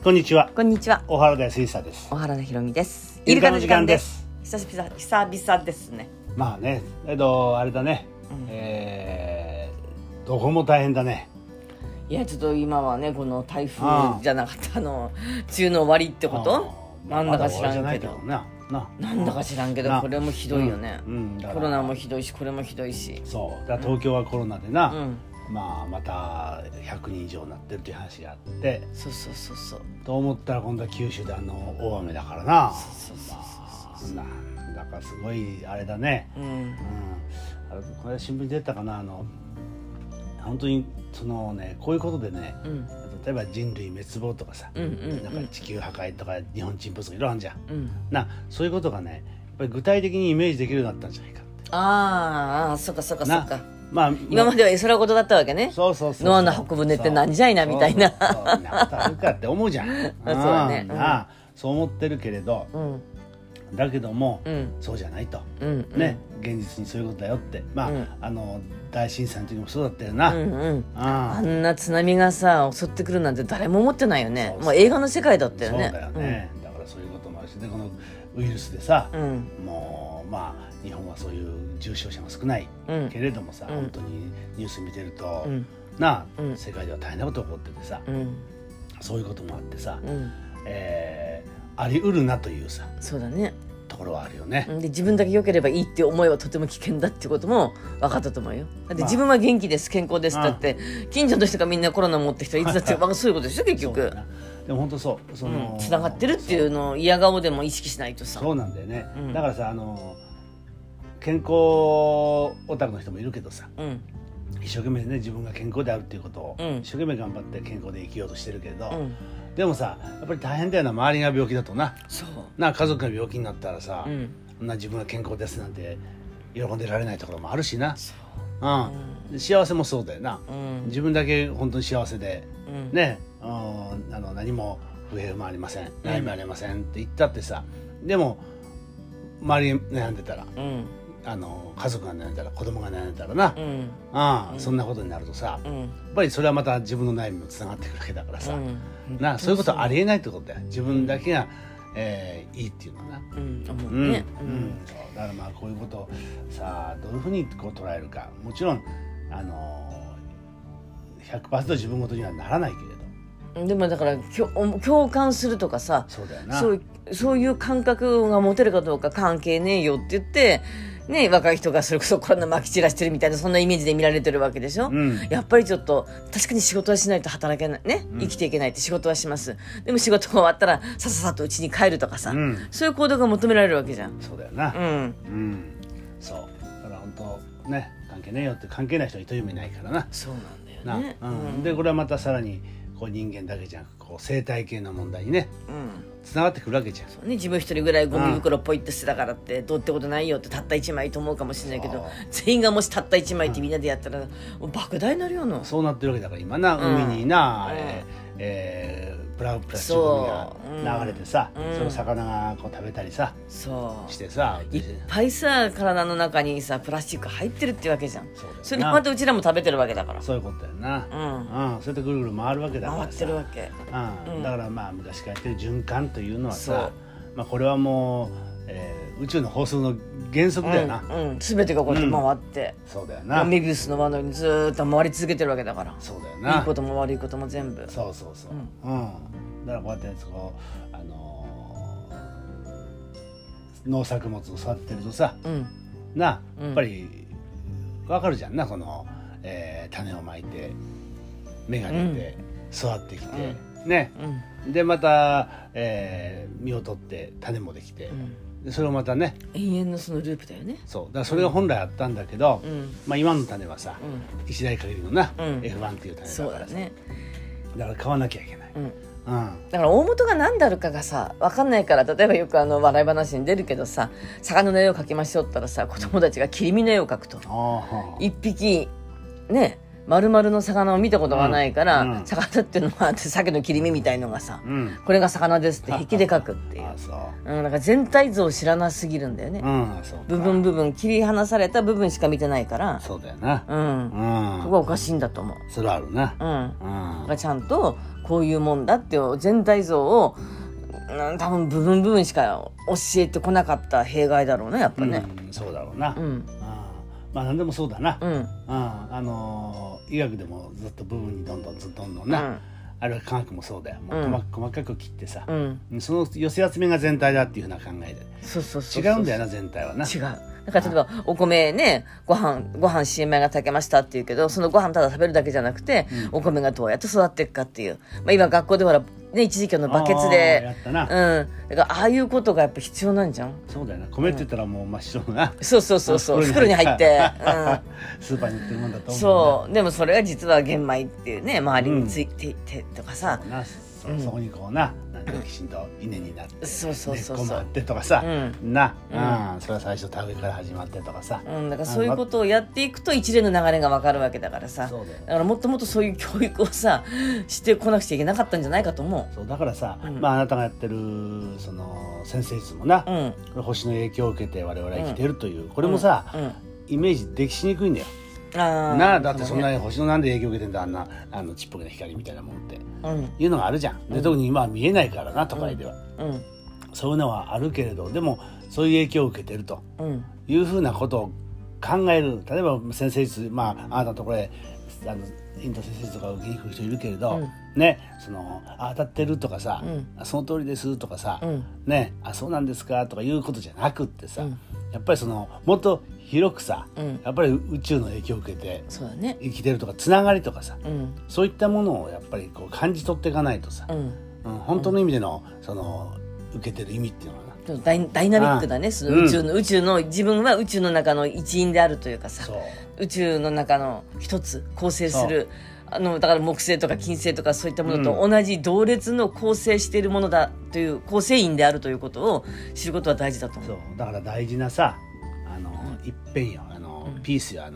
こんにちは。 こんにちは。 小原田水佐です。 小原田ひろみです。 イルカの時間です。 久々ですね。 まあね、あれだね、どこも大変だね。 いやちょっと今はね、この台風じゃなかった梅雨の終わりってこと？なんだか知らんけど。なんだか知らんけど、これもひどいよね。コロナもひどいし、これもひどいし。 そう。だから東京はコロナでな。まあまた100人以上になってるっていう話があって、 そうと思ったら今度は九州で大雨だからな。だからすごいあれだね。これ新聞に出たかな、本当にこういうことでね、例えば人類滅亡とかさ、なんか地球破壊とか日本沈没とかいろいろあるじゃん。そういうことがね、やっぱり具体的にイメージできるようになったんじゃないかって。 ああ、そっか。 まあ、 今までは絵空事だったわけね。 そうノアの箱舟ってなんじゃいなみたいな。 そんなことあるかって思うじゃん。そうだね。 そう思ってるけれど、だけども、そうじゃないと、ね、現実にそういうことだよって、大震災の時もそうだったよな。 あんな津波がさ襲ってくるなんて誰も思ってないよね。もう映画の世界だったよね。 そうだよね。だからそういうこともあるし、でこのウイルスでさ、もう日本はそういう重症者が少ないけれどもさ、本当にニュース見てると、世界では大変なことが起こっててさ、そういうこともあってさ、あり得るなというさ、 そうだね、 ところはあるよね。 で自分だけ良ければいいっていう思いはとても危険だっていうことも分かったと思うよ。だって自分は元気です、健康ですだって、近所の人がみんなコロナ持ってきたらいつだってそういうことでしょ結局。 でも本当そう、 つながってるっていうのを嫌顔でも意識しないとさ。 そうなんだよね。だからさ、健康オタクの人もいるけどさ、一生懸命ね、自分が健康であるっていうことを一生懸命頑張って健康で生きようとしてるけど、でもさ、やっぱり大変だよな、周りが病気だとな。家族が病気になったらさ、自分が健康ですなんて喜んでられないところもあるしな。幸せもそうだよな。自分だけ本当に幸せでね、何も不平不満ありません、悩みありませんって言ったってさ、でも周り悩んでたら、家族が悩んだら、子供が悩んだらな、そんなことになるとさ、やっぱりそれはまた自分の悩みもつながってくるわけだからさ、そういうことはありえないってことだよ。自分だけがいいっていうのはな。だからこういうことをさ、どういうふうにこう捉えるか、もちろん100% 自分ごとにはならないけれど、 でもだから共感するとかさ、 そうだよな、 そういう感覚が持てるかどうか関係ねえよって言ってね、若い人がそれこそコロナまき散らしてるみたいな、そんなイメージで見られてるわけでしょ。やっぱりちょっと確かに仕事はしないと働けないね、生きていけないって仕事はします。でも仕事が終わったらさっと家に帰るとかさ、そういう行動が求められるわけじゃん。 そうだよな。そうだから本当ね、関係ねえよって、関係ない人は一人もいないからな。 そうなんだよね。 でこれはまたさらに人間だけじゃなく、生態系の問題にね、つながってくるわけじゃん。 そうね、自分一人ぐらいゴミ袋ポイって捨てたからってどうってことないよって、たった1枚と思うかもしれないけど、全員がもしたった1枚ってみんなでやったら、莫大になるよな。 そうなってるわけだから今な、海にな、プラスチックが流れてさ、その魚が食べたりさしてさ、 いっぱいさ体の中にさプラスチック入ってるってわけじゃん。それまたうちらも食べてるわけだから。 そういうことだよな。そうやってぐるぐる回るわけだからさ、 回ってるわけ。 だから昔からやってる循環というのはさ、これはもう宇宙の法則の原則だよな。 全てがこうやって回って、 そうだよな。 メビウスの輪のようにずっと回り続けてるわけだから。 そうだよな。 いいことも悪いことも全部。 そう。だからこうやって農作物を育ててるとさ、やっぱりわかるじゃんな、種をまいて芽が出て育ってきてね、でまた実を取って種もできて、それをまたね、 永遠のそのループだよね。 そうだからそれが本来あったんだけど、今の種はさ、一代限りのな F1 っていう種だからさ、だから買わなきゃいけない。 だから大元が何であるかがさ分かんないから、例えばよく笑い話に出るけどさ、魚の絵を描きましょうったらさ、子供たちが切り身の絵を描くと、一匹ね丸々の魚を見たことがないから、魚っていうのは鮭の切り身みたいのがさ、これが魚ですって壁で書くっていうなんか全体像を知らなすぎるんだよね、部分切り離された部分しか見てないから。 そうだよな、 そこがおかしいんだと思う。 それはあるな、 ちゃんとこういうもんだっていう全体像を多分部分しか教えてこなかった弊害だろうね、やっぱね。 そうだろうな、まあ何でもそうだな、医学でもずっと部分にどんどんな、あるいは科学もそうだよ、もう細かく切ってさ、その寄せ集めが全体だっていうふうな考えで、違うんだよな、全体はな。違う。 だから例えばお米ね、ご飯新米が炊けましたっていうけど、そのご飯ただ食べるだけじゃなくて、お米がどうやって育っていくかっていう、今学校でほらね、一時期のバケツでやったな、 だからああいうことがやっぱ必要なんじゃん。 そうだよな、米って言ったらもう真っ白な、 そう袋に入ってスーパーに売ってるもんだと思う。 そうでもそれが実は玄米っていうね、周りについていてとかさ、 そこにこうな、きちんと稲になって、 根っこもあってとかさ、それは最初田植えから始まってとかさ、 だからそういうことをやっていくと一連の流れが分かるわけだからさ、だからもっともっとそういう教育をさしてこなくちゃいけなかったんじゃないかと思う。 そうだからさ、あなたがやってるその先生術もな、星の影響を受けて我々は生きてるという、これもさ、イメージできしにくいんだよ。だってそんなに星のなんで影響を受けてんだ、あんなちっぽけな光みたいなもんって、いうのがあるじゃん。で特に今は見えないからな、都会では、そういうのはあるけれど、でもそういう影響を受けてるというふうなことを考える。例えば先生術、あなたのところへインド先生とか受けに来る人いるけれど、当たってるとかさ、その通りですとかさ、そうなんですかとかいうことじゃなくってさ、やっぱりもっと広くさ、やっぱり宇宙の影響を受けて生きてるとか、つながりとかさ、そういったものをやっぱりこう感じ取っていかないとさ、本当の意味での受けてる意味っていうのはダイナミックだね、その宇宙の自分は宇宙の中の一員であるというかさ、宇宙の中の一つ構成する、だから木星とか金星とかそういったものと同じ同列の構成しているものだという構成員であるということを知ることは大事だと思う。 そうだから大事なさ、一辺よ、ピースよ、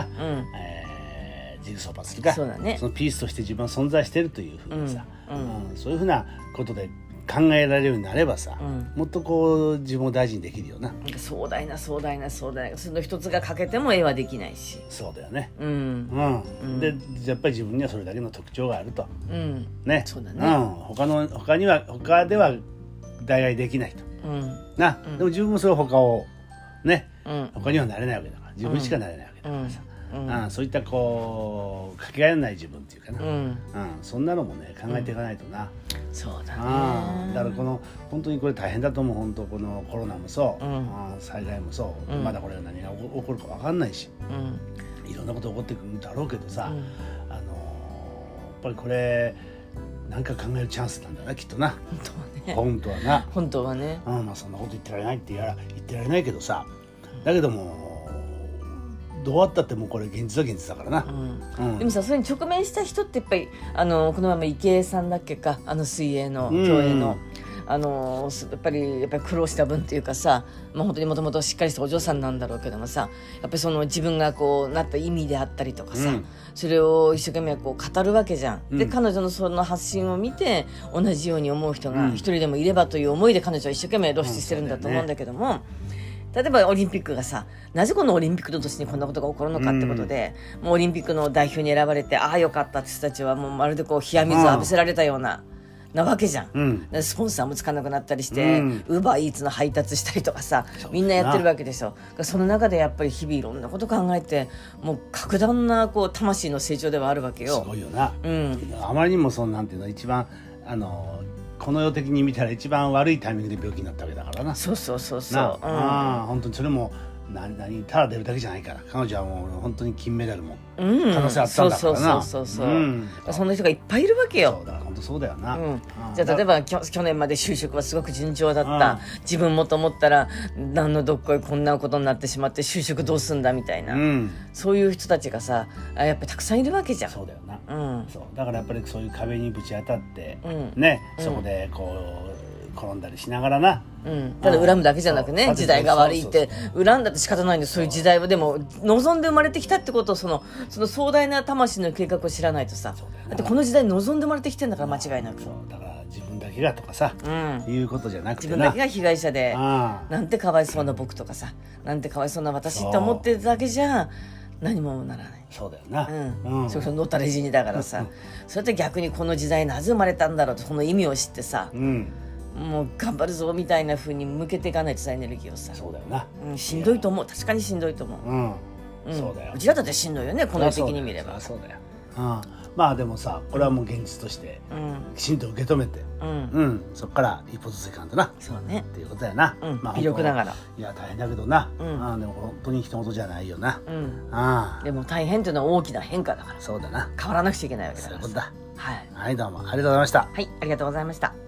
ジグソーパズルが、そのピースとして自分は存在しているというふうにさ、そういうふうなことで考えられるようになればさ、もっとこう自分を大事にできるよな。 壮大なその一つが欠けても絵はできないし。 そうだよね。でやっぱり自分にはそれだけの特徴があると、ね。そうだね。他では代替できないと、でも自分もそれは他をね、他にはなれないわけだから、自分しかなれないわけだからさ、そういったこうかけがえのない自分っていうかな、そんなのもね考えていかないとな。 そうだね。 だから本当にこれ大変だと思う。本当このコロナもそう、災害もそう、まだこれが何が起こるか分かんないし、いろんなこと起こってくるだろうけどさ、やっぱりこれ何か考えるチャンスなんだな、きっとな。本当はな。 本当はね。 そんなこと言ってられないって言ってられないけどさ、だけどもどうあったってもうこれ現実は現実だからな。 でもさ、それに直面した人ってやっぱりこのまま池江さんだっけか、水泳の競泳の。やっぱり苦労した分っていうかさ、本当にもともとしっかりしたお嬢さんなんだろうけどもさ、やっぱり自分がこうなった意味であったりとかさ、それを一生懸命こう語るわけじゃん。で彼女のその発信を見て同じように思う人が一人でもいればという思いで彼女は一生懸命露出してるんだと思うんだけども、例えばオリンピックがさ、なぜこのオリンピックの年にこんなことが起こるのかってことで、もうオリンピックの代表に選ばれて、ああよかったって人たちはもうまるでこう冷や水を浴びせられたような、なわけじゃん、スポンサーもつかなくなったりして、ウーバーイーツの配達したりとかさ、みんなやってるわけでしょ。その中でやっぱり日々いろんなこと考えて、もう格段なこう魂の成長ではあるわけよ。 すごいよな、あまりにもなんていうの、一番この世的に見たら一番悪いタイミングで病気になったわけだからな。 そう本当にそれもただ出るだけじゃないから、彼女はもう本当に金メダルも可能性あったんだからな。そんな人がいっぱいいるわけよ。 そうだ、本当そうだよな。 じゃあ例えば去年まで就職はすごく順調だった、自分もと思ったら何のどっこいこんなことになってしまって、就職どうすんだみたいな、そういう人たちがさ、やっぱりたくさんいるわけじゃん。 そうだよな、そうだからやっぱりそういう壁にぶち当たって、ね、そこでこう転んだりしながらな、 ただ恨むだけじゃなくね、時代が悪いって恨んだって仕方ないんで、そういう時代はでも望んで生まれてきたってことを、その壮大な魂の計画を知らないとさ、だってこの時代に望んで生まれてきてんだから、間違いなく。 だから自分だけがとかさ、いうことじゃなくてな、 自分だけが被害者で、なんてかわいそうな僕とかさ、なんてかわいそうな私って思ってるだけじゃ何もならない。 そうだよな。 そうそう、のったれ死にだからさ、それって逆にこの時代なぜ生まれたんだろうと、その意味を知ってさ、もう頑張るぞみたいな風に向けていかないとさ、エネルギーをさ。 そうだよな。 しんどいと思う。確かにしんどいと思う。 そうだよ。 うちらだってしんどいよね、この時期に見れば。 そうだよ。まあでもさ、これはもう現実としてきちんと受け止めて、そっから一歩ずついかんとな。 そうね。 っていうことやな。 微力ながら。 いや大変だけどな。でも本当に人事じゃないよな。 でも大変というのは大きな変化だから。 そうだな。 変わらなくちゃいけないわけだから。 そういうことだ。 はい。 はい、どうもありがとうございました。 はい、ありがとうございました。